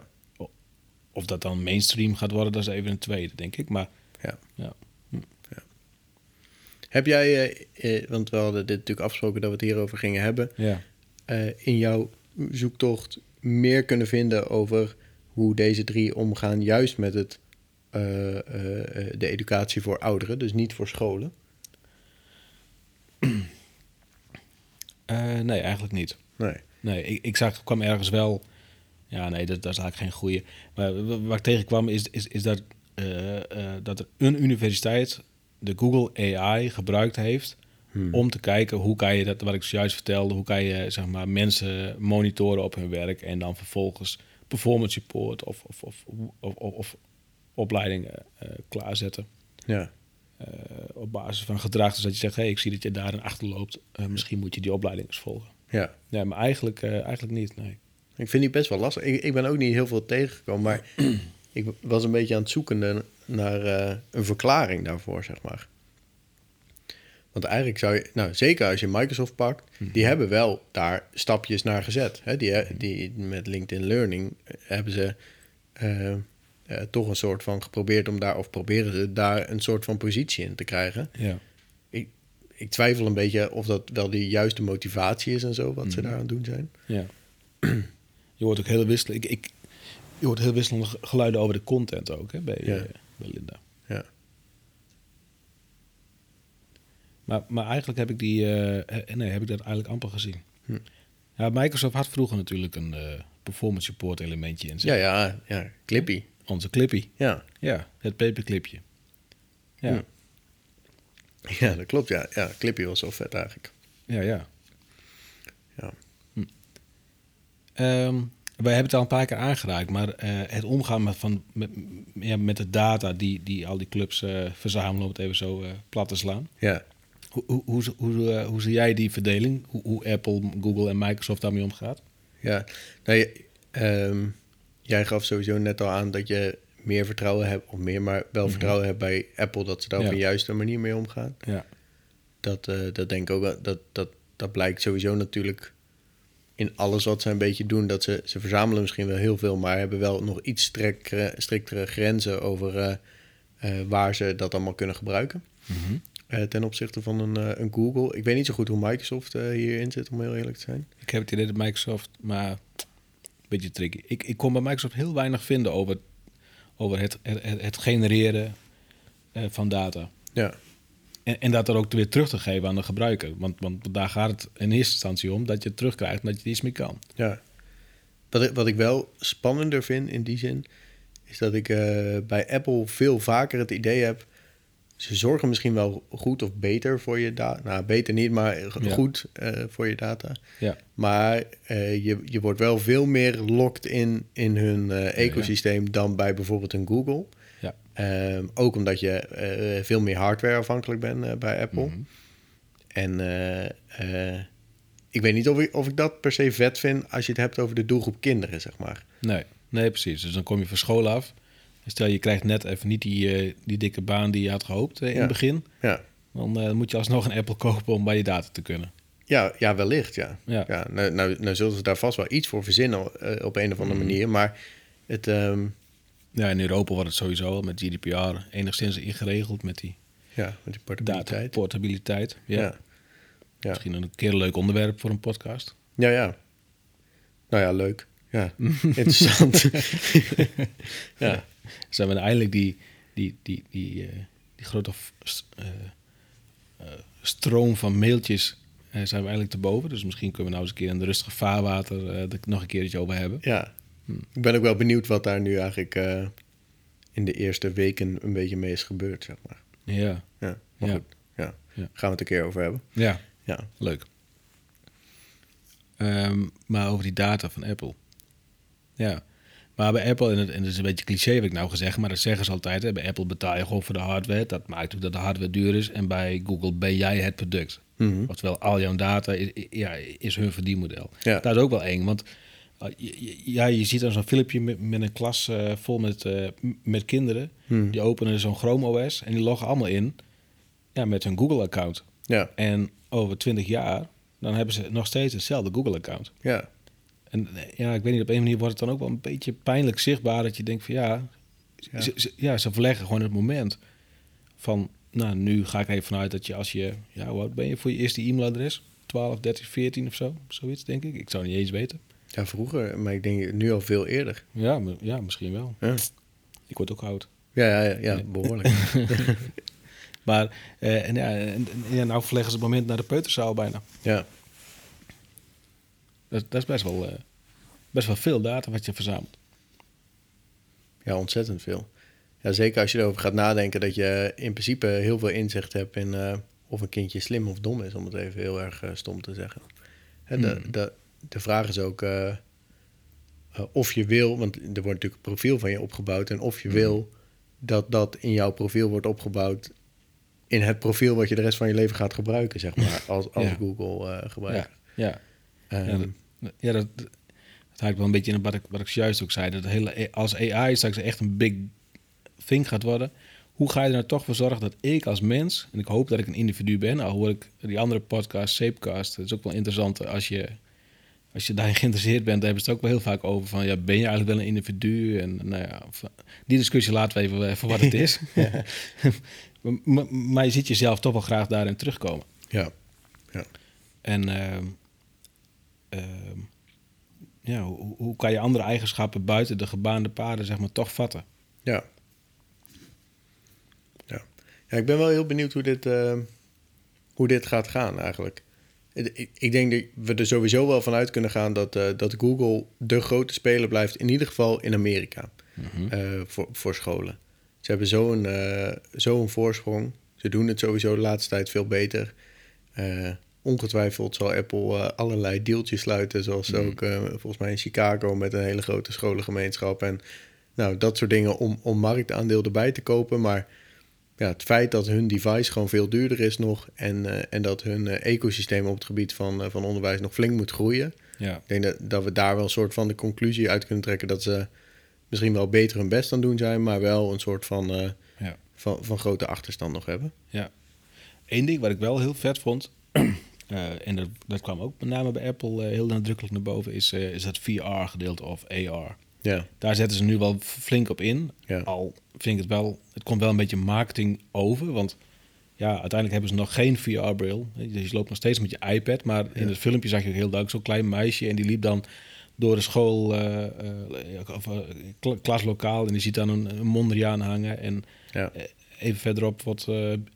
A: Of dat dan mainstream gaat worden, dat is even een tweede, denk ik. Maar
B: ja.
A: ja.
B: Hm. ja. Heb jij, uh, uh, want we hadden dit natuurlijk afgesproken dat we het hierover gingen hebben...
A: Ja.
B: Uh, in jouw zoektocht meer kunnen vinden over hoe deze drie omgaan... juist met het, uh, uh, de educatie voor ouderen, dus niet voor scholen?
A: Uh, nee, eigenlijk niet.
B: Nee.
A: Nee, ik, ik zag, kwam ergens wel... Ja, nee, dat, dat is eigenlijk geen goeie. Maar waar ik tegenkwam is, is, is dat, uh, uh, dat er een universiteit de Google A I gebruikt heeft... Hmm. om te kijken hoe kan je dat, wat ik zojuist vertelde... hoe kan je zeg maar, mensen monitoren op hun werk... en dan vervolgens performance support of, of, of, of, of, of opleidingen uh, klaarzetten.
B: Ja.
A: Uh, op basis van gedrag. Dus dat je zegt, hey, ik zie dat je daarin achterloopt. Uh, misschien moet je die opleiding eens volgen.
B: Ja.
A: Ja, maar eigenlijk, uh, eigenlijk niet, nee.
B: Ik vind die best wel lastig. Ik, ik ben ook niet heel veel tegengekomen, maar ik was een beetje aan het zoeken naar uh, een verklaring daarvoor, zeg maar. Want eigenlijk zou je, nou zeker als je Microsoft pakt, mm-hmm. die hebben wel daar stapjes naar gezet. Hè? Die, die, met LinkedIn Learning hebben ze uh, uh, toch een soort van geprobeerd om daar, of proberen ze daar een soort van positie in te krijgen.
A: Ja.
B: Ik, ik twijfel een beetje of dat wel de juiste motivatie is en zo, wat mm-hmm. ze daar aan het doen zijn.
A: Ja. Je hoort ook heel wisselend. Ik, ik, je hoort heel wisselende geluiden over de content ook, hè, bij, ja. uh, bij Linda.
B: Ja.
A: Maar, maar eigenlijk heb ik die, uh, nee, heb ik dat eigenlijk amper gezien. Hm. Ja, Microsoft had vroeger natuurlijk een uh, performance support elementje in.
B: Ja, ja, ja, Clippy.
A: Onze Clippy.
B: Ja.
A: Ja, het paperclipje. Ja.
B: Hm. Ja, dat klopt, ja. Ja, Clippy was zo vet eigenlijk.
A: Ja, ja.
B: Ja.
A: Hm. Um, wij hebben het al een paar keer aangeraakt, maar uh, het omgaan met, van, met, ja, met de data die, die al die clubs uh, verzamelen, om het even zo uh, plat te slaan.
B: Ja.
A: Hoe, hoe, hoe, hoe, uh, hoe zie jij die verdeling? Hoe, hoe Apple, Google en Microsoft daarmee omgaat?
B: Ja, nou, um, jij gaf sowieso net al aan dat je meer vertrouwen hebt, of meer, maar wel mm-hmm. vertrouwen hebt bij Apple, dat ze daar ja. op een juiste manier mee omgaan.
A: Ja.
B: Dat, uh, dat denk ik ook, dat, dat, dat blijkt sowieso natuurlijk in alles wat ze een beetje doen. Dat ze, ze verzamelen misschien wel heel veel, maar hebben wel nog iets striktere, striktere grenzen over uh, uh, waar ze dat allemaal kunnen gebruiken.
A: Mm-hmm.
B: Uh, ten opzichte van een, uh, een Google. Ik weet niet zo goed hoe Microsoft uh, hierin zit, om heel eerlijk te zijn.
A: Ik heb het idee dat Microsoft, maar een beetje tricky. Ik, ik kon bij Microsoft heel weinig vinden over, over het, het, het genereren uh, van data.
B: Ja.
A: En, en dat er ook weer terug te geven aan de gebruiker. Want, want daar gaat het in eerste instantie om dat je het terugkrijgt en dat je er iets mee kan.
B: Ja. Wat ik, wat ik wel spannender vind in die zin, is dat ik uh, bij Apple veel vaker het idee heb, ze zorgen misschien wel goed of beter voor je data. Nou, beter niet, maar ja. goed uh, voor je data.
A: Ja.
B: Maar uh, je, je wordt wel veel meer locked in in hun uh, ecosysteem ja, ja. dan bij bijvoorbeeld een Google.
A: Ja.
B: Um, ook omdat je uh, veel meer hardware afhankelijk bent uh, bij Apple. Mm-hmm. En uh, uh, ik weet niet of ik, of ik dat per se vet vind als je het hebt over de doelgroep kinderen, zeg maar.
A: Nee, nee precies. Dus dan kom je van school af. Stel, je krijgt net even niet die, uh, die dikke baan die je had gehoopt uh, in ja. het begin.
B: Ja.
A: Dan uh, moet je alsnog een Apple kopen om bij je data te kunnen.
B: Ja, ja wellicht, ja.
A: ja.
B: ja nou, nou, nou zullen ze daar vast wel iets voor verzinnen uh, op een of andere mm. manier. Maar het... Um...
A: Ja, in Europa wordt het sowieso al met G D P R enigszins ingeregeld met die,
B: ja, met die portabiliteit.
A: Data, portabiliteit. Ja.
B: Ja. Ja.
A: Misschien een keer een leuk onderwerp voor een podcast.
B: Ja, ja. Nou ja, leuk. Ja, interessant.
A: ja. Zijn we eindelijk die, die, die, die, uh, die grote uh, uh, stroom van mailtjes uh, zijn we eigenlijk te boven. Dus misschien kunnen we nou eens een keer in de rustige vaarwater uh, er nog een keer iets over hebben.
B: Ja, hm. Ik ben ook wel benieuwd wat daar nu eigenlijk uh, in de eerste weken een beetje mee is gebeurd, zeg maar.
A: Ja.
B: Ja, maar
A: ja.
B: goed. Ja.
A: Ja.
B: Gaan we het een keer over hebben.
A: Ja,
B: ja.
A: Leuk. Um, maar over die data van Apple. Ja. Maar bij Apple, en het, en het is een beetje cliché wat ik nou gezegd, maar dat zeggen ze altijd. Hè, bij Apple betaal je gewoon voor de hardware. Dat maakt ook dat de hardware duur is. En bij Google ben jij het product.
B: Mm-hmm.
A: Oftewel, al jouw data is, ja, is hun verdienmodel.
B: Ja.
A: Dat is ook wel eng, want uh, ja, je ziet dan zo'n filmpje met, met een klas uh, vol met, uh, met kinderen.
B: Mm.
A: Die openen zo'n Chrome O S en die loggen allemaal in ja, met hun Google-account.
B: Ja.
A: En over twintig jaar, dan hebben ze nog steeds hetzelfde Google-account.
B: Ja.
A: En ja, ik weet niet, op een manier wordt het dan ook wel een beetje pijnlijk zichtbaar dat je denkt van ja,
B: ja.
A: Ze, ze, ja, ze verleggen gewoon het moment van, nou, nu ga ik even vanuit dat je als je, ja, hoe oud ben je voor je eerste e-mailadres? twaalf, dertien, veertien of zo, zoiets denk ik. Ik zou niet eens weten.
B: Ja, vroeger, maar ik denk nu al veel eerder.
A: Ja, ja misschien wel.
B: Ja.
A: Ik word ook oud.
B: Ja, ja, ja, ja behoorlijk.
A: Maar, uh, en ja, en, ja, nou verleggen ze het moment naar de peuterzaal bijna.
B: Ja.
A: Dat, dat is best wel, uh, best wel veel data wat je verzamelt.
B: Ja, ontzettend veel. Ja, zeker als je erover gaat nadenken dat je in principe heel veel inzicht hebt in uh, of een kindje slim of dom is, om het even heel erg uh, stom te zeggen. Hè, de, hmm. de, de vraag is ook uh, uh, of je wil, want er wordt natuurlijk een profiel van je opgebouwd, en of je hmm. wil dat dat in jouw profiel wordt opgebouwd in het profiel wat je de rest van je leven gaat gebruiken, zeg maar, als, als
A: ja.
B: Google uh, gebruiker.
A: Ja, ja. Um, ja, dat, ja dat, Het haakt wel een beetje in wat ik, wat ik juist ook zei. Dat het hele, als A I straks echt een big thing gaat worden, hoe ga je er nou toch voor zorgen dat ik als mens, en ik hoop dat ik een individu ben, al hoor ik die andere podcast, Sapecast, dat is ook wel interessant als je, als je daarin geïnteresseerd bent, daar hebben ze het ook wel heel vaak over van, ja, ben je eigenlijk wel een individu? En nou ja, die discussie laten we even voor wat het is. maar, maar je ziet jezelf toch wel graag daarin terugkomen.
B: Ja. ja.
A: En uh, uh, ja, hoe, hoe kan je andere eigenschappen buiten de gebaande paden, zeg maar, toch vatten?
B: Ja. Ja, ja ik ben wel heel benieuwd hoe dit, uh, hoe dit gaat gaan eigenlijk. Ik, ik denk dat we er sowieso wel vanuit kunnen gaan dat, uh, dat Google de grote speler blijft, in ieder geval in Amerika, mm-hmm. uh, voor, voor scholen. Ze hebben zo'n, uh, zo'n voorsprong. Ze doen het sowieso de laatste tijd veel beter. Uh, ongetwijfeld zal Apple uh, allerlei deeltjes sluiten, zoals mm-hmm. ook uh, volgens mij in Chicago met een hele grote scholengemeenschap en nou, dat soort dingen om, om marktaandeel erbij te kopen. Maar ja, het feit dat hun device gewoon veel duurder is nog en, uh, en dat hun uh, ecosysteem op het gebied van, uh, van onderwijs nog flink moet groeien. Ja. Ik denk dat, dat we daar wel een soort van de conclusie uit kunnen trekken dat ze misschien wel beter hun best aan doen zijn, maar wel een soort van, uh, ja. van, van grote achterstand nog hebben.
A: Ja. Eén ding wat ik wel heel vet vond, uh, en dat, dat kwam ook met name bij Apple uh, heel nadrukkelijk naar boven, is, uh, is dat V R-gedeelte of A R.
B: Ja.
A: Daar zetten ze nu wel flink op in. Ja. Al vind ik het wel, het komt wel een beetje marketing over. Want ja, uiteindelijk hebben ze nog geen V R-bril. Dus je loopt nog steeds met je iPad. Maar ja. in het filmpje zag je ook heel duidelijk zo'n klein meisje. En die liep dan door de school, uh, uh, of, uh, klaslokaal. En die ziet dan een, een Mondriaan hangen. En ja. uh, even verderop wordt... Uh, uh,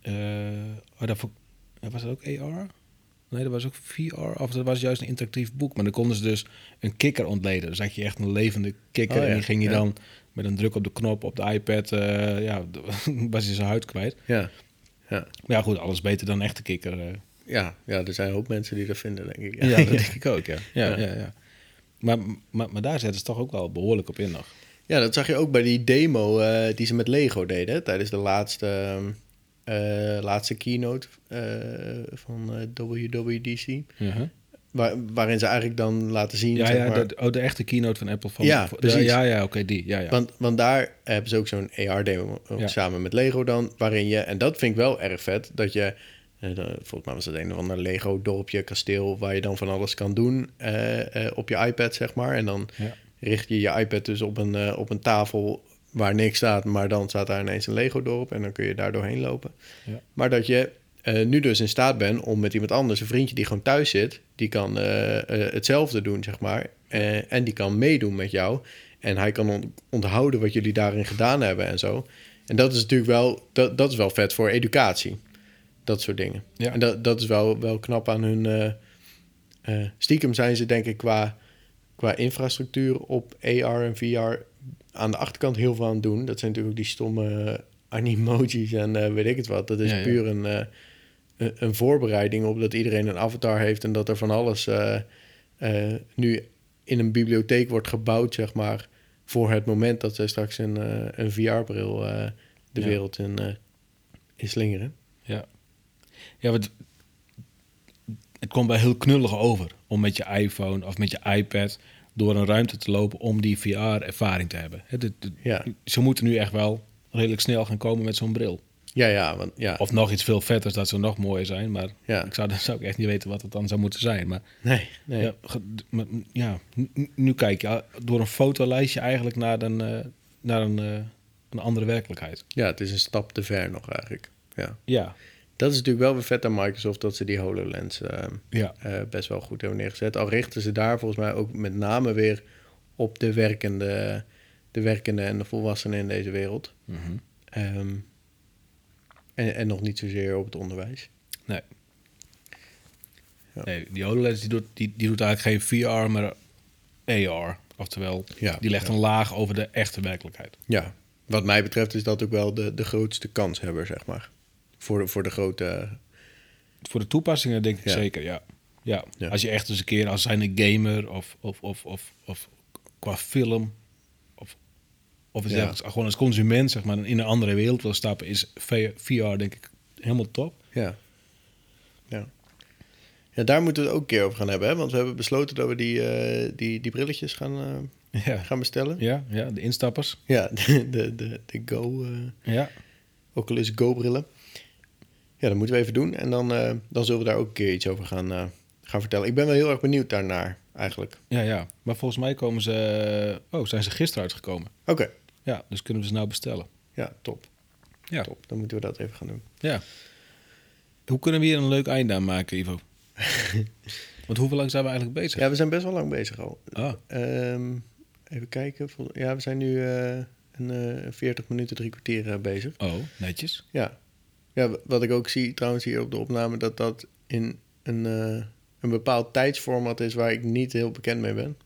A: oh, daarvoor, was dat ook A R? Nee, dat was ook V R, of dat was juist een interactief boek. Maar dan konden ze dus een kikker ontleden. Dus had je echt een levende kikker. Oh, ja. En die ging je ja. dan met een druk op de knop op de iPad... Uh, ja, was hij zijn huid kwijt.
B: Ja. Ja.
A: Maar ja, goed, alles beter dan een echte kikker. Uh.
B: Ja, ja, er zijn een hoop mensen die dat vinden, denk ik.
A: Ja, ja dat denk ik ook, ja. ja, ja. ja, ja. Maar, maar, maar daar zetten ze toch ook wel behoorlijk op in nog.
B: Ja, dat zag je ook bij die demo uh, die ze met Lego deden... Hè, tijdens de laatste... Um... Uh, laatste keynote uh, van uh, W W D C. Uh-huh. Waar, waarin ze eigenlijk dan laten zien...
A: Ja,
B: zeg
A: ja
B: maar,
A: de, oh, de echte keynote van Apple. Van,
B: ja,
A: van,
B: precies.
A: Ja, ja, oké, okay, die. Ja, ja.
B: Want, want daar hebben ze ook zo'n A R-demo ja. samen met Lego dan... waarin je, en dat vind ik wel erg vet... dat je, uh, volgens mij was het een of ander Lego-dorpje, kasteel... waar je dan van alles kan doen uh, uh, op je iPad, zeg maar. En dan ja. richt je je iPad dus op een, uh, op een tafel... waar niks staat, maar dan staat daar ineens een Lego-dorp... en dan kun je daar doorheen lopen. Ja. Maar dat je uh, nu dus in staat bent om met iemand anders... een vriendje die gewoon thuis zit... die kan uh, uh, hetzelfde doen, zeg maar. Uh, en die kan meedoen met jou. En hij kan on- onthouden wat jullie daarin gedaan hebben en zo. En dat is natuurlijk wel, dat, dat is wel vet voor educatie. Dat soort dingen. Ja. En dat, dat is wel, wel knap aan hun... Uh, uh, stiekem zijn ze denk ik qua, qua infrastructuur op A R en V R... aan de achterkant heel veel aan het doen. Dat zijn natuurlijk ook die stomme uh, animojis en uh, weet ik het wat. Dat is ja, ja. puur een, uh, een voorbereiding op dat iedereen een avatar heeft... en dat er van alles uh, uh, nu in een bibliotheek wordt gebouwd, zeg maar... voor het moment dat ze straks een, uh, een V R-bril uh, de ja. wereld in, uh, in slingeren.
A: Ja, ja wat, het komt wel heel knullig over... om met je iPhone of met je iPad... door een ruimte te lopen om die V R-ervaring te hebben. He, de, de, ja. Ze moeten nu echt wel redelijk snel gaan komen met zo'n bril.
B: Ja, ja, want, ja.
A: Of nog iets veel vetters, dat zou nog mooier zijn. Maar ja. ik zou, dan zou ik echt niet weten wat het dan zou moeten zijn. Maar,
B: nee, nee.
A: Ja, maar, ja, nu, nu kijk je door een fotolijstje eigenlijk naar een, uh, naar een, uh, een andere werkelijkheid.
B: Ja, het is een stap te ver nog eigenlijk. Ja.
A: ja.
B: Dat is natuurlijk wel weer vet aan Microsoft... dat ze die HoloLens uh, ja. uh, best wel goed hebben neergezet. Al richten ze daar volgens mij ook met name weer... op de werkende, de werkende en de volwassenen in deze wereld. Mm-hmm. Um, en, en nog niet zozeer op het onderwijs.
A: Nee. Ja. Nee, die HoloLens die doet, die, die doet eigenlijk geen V R, maar A R. Oftewel, ja, die legt ja. een laag over de echte werkelijkheid.
B: Ja, wat mij betreft is dat ook wel de, de grootste kanshebber, zeg maar. Voor de, voor de grote...
A: Voor de toepassingen denk ik ja. zeker, ja. Ja. ja. Als je echt eens een keer als zijn een gamer of, of, of, of, of qua film... of, of ja. echt, gewoon als consument zeg maar, in een andere wereld wil stappen... is V R denk ik helemaal top.
B: Ja. Ja. Ja, daar moeten we het ook een keer over gaan hebben, hè? Want we hebben besloten dat we die, uh, die, die brilletjes gaan, uh,
A: ja.
B: gaan bestellen.
A: Ja, ja, de instappers.
B: Ja, de, de, de, de Go, uh,
A: ja.
B: Oculus Go-brillen. Ja, dat moeten we even doen. En dan, uh, dan zullen we daar ook een keer iets over gaan, uh, gaan vertellen. Ik ben wel heel erg benieuwd daarnaar, eigenlijk.
A: Ja, ja. Maar volgens mij komen ze... Oh, zijn ze gisteren uitgekomen.
B: Oké. Okay.
A: Ja, dus kunnen we ze nou bestellen.
B: Ja, top.
A: Ja.
B: Top. Dan moeten we dat even gaan doen.
A: Ja. Hoe kunnen we hier een leuk einde aan maken, Ivo? Want hoeveel lang zijn we eigenlijk bezig?
B: Ja, we zijn best wel lang bezig al.
A: Ah.
B: Um, even kijken. Ja, we zijn nu uh, een uh, veertig minuten, drie kwartier uh, bezig.
A: Oh, netjes.
B: Ja. Ja, wat ik ook zie trouwens hier op de opname... dat dat in een, uh, een bepaald tijdsformat is... waar ik niet heel bekend mee ben.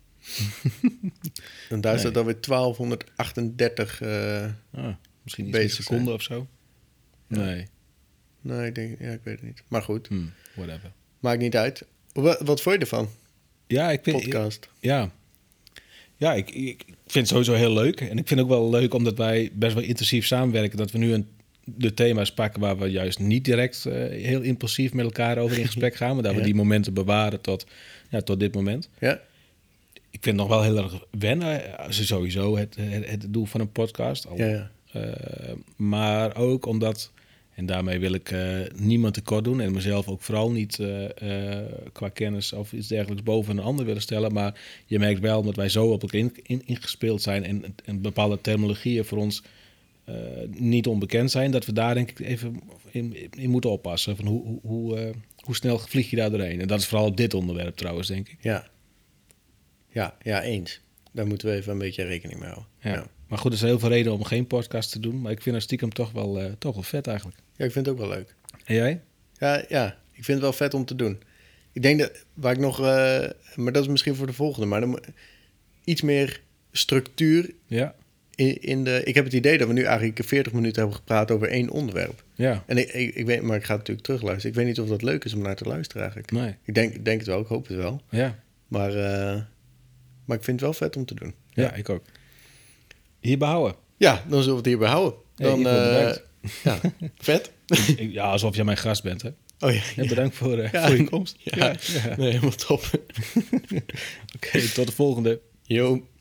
B: En daar nee. staat alweer twaalfhonderdachtendertig uh,
A: ah, misschien iets met seconden zijn. Of zo?
B: Ja.
A: Nee.
B: Nee, ik denk... Ja, ik weet het niet. Maar goed.
A: Hmm, whatever.
B: Maakt niet uit. Wat, wat vond je ervan?
A: Ja, ik vind...
B: Podcast.
A: Ja. Ja, ik, ik vind het sowieso heel leuk. En ik vind het ook wel leuk omdat wij best wel intensief samenwerken. Dat we nu een, de thema's pakken waar we juist niet direct uh, heel impulsief met elkaar over in gesprek gaan. Maar dat ja. we die momenten bewaren tot, ja, tot dit moment.
B: Ja.
A: Ik vind het nog wel heel erg wennen. Sowieso het, het, het doel van een podcast. Al,
B: ja, ja.
A: Uh, maar ook omdat... En daarmee wil ik uh, niemand tekort doen. En mezelf ook vooral niet uh, uh, qua kennis of iets dergelijks boven een ander willen stellen. Maar je merkt wel dat wij zo op elkaar in, in, ingespeeld zijn. En, en bepaalde terminologieën voor ons uh, niet onbekend zijn. Dat we daar denk ik even in, in moeten oppassen. Van hoe, hoe, hoe, uh, hoe snel vlieg je daar doorheen? En dat is vooral op dit onderwerp trouwens, denk ik.
B: Ja, ja, ja eens. Daar moeten we even een beetje rekening mee houden.
A: Ja.
B: Ja.
A: Maar goed, er zijn heel veel redenen om geen podcast te doen. Maar ik vind het stiekem toch wel, uh, toch wel vet eigenlijk.
B: Ja, ik vind het ook wel leuk.
A: En jij?
B: Ja, ja, ik vind het wel vet om te doen. Ik denk dat, waar ik nog... Uh, maar dat is misschien voor de volgende. Maar dan, iets meer structuur
A: ja.
B: in, in de... Ik heb het idee dat we nu eigenlijk veertig minuten hebben gepraat over één onderwerp.
A: Ja.
B: En ik, ik, ik weet, maar ik ga het natuurlijk terugluisteren. Ik weet niet of dat leuk is om naar te luisteren eigenlijk.
A: Nee.
B: Ik denk, denk het wel, ik hoop het wel.
A: Ja.
B: Maar, uh, maar ik vind het wel vet om te doen.
A: Ja, ja. ik ook. Hier behouden.
B: Ja, dan zullen we het hierbij houden. Dan,
A: hey,
B: uh, ja, vet.
A: Ja, alsof jij mijn gast bent, hè?
B: Oh ja.
A: ja bedankt voor, uh,
B: ja,
A: voor je komst.
B: Ja, ja. Nee, helemaal top.
A: Oké, okay, tot de volgende.
B: Yo.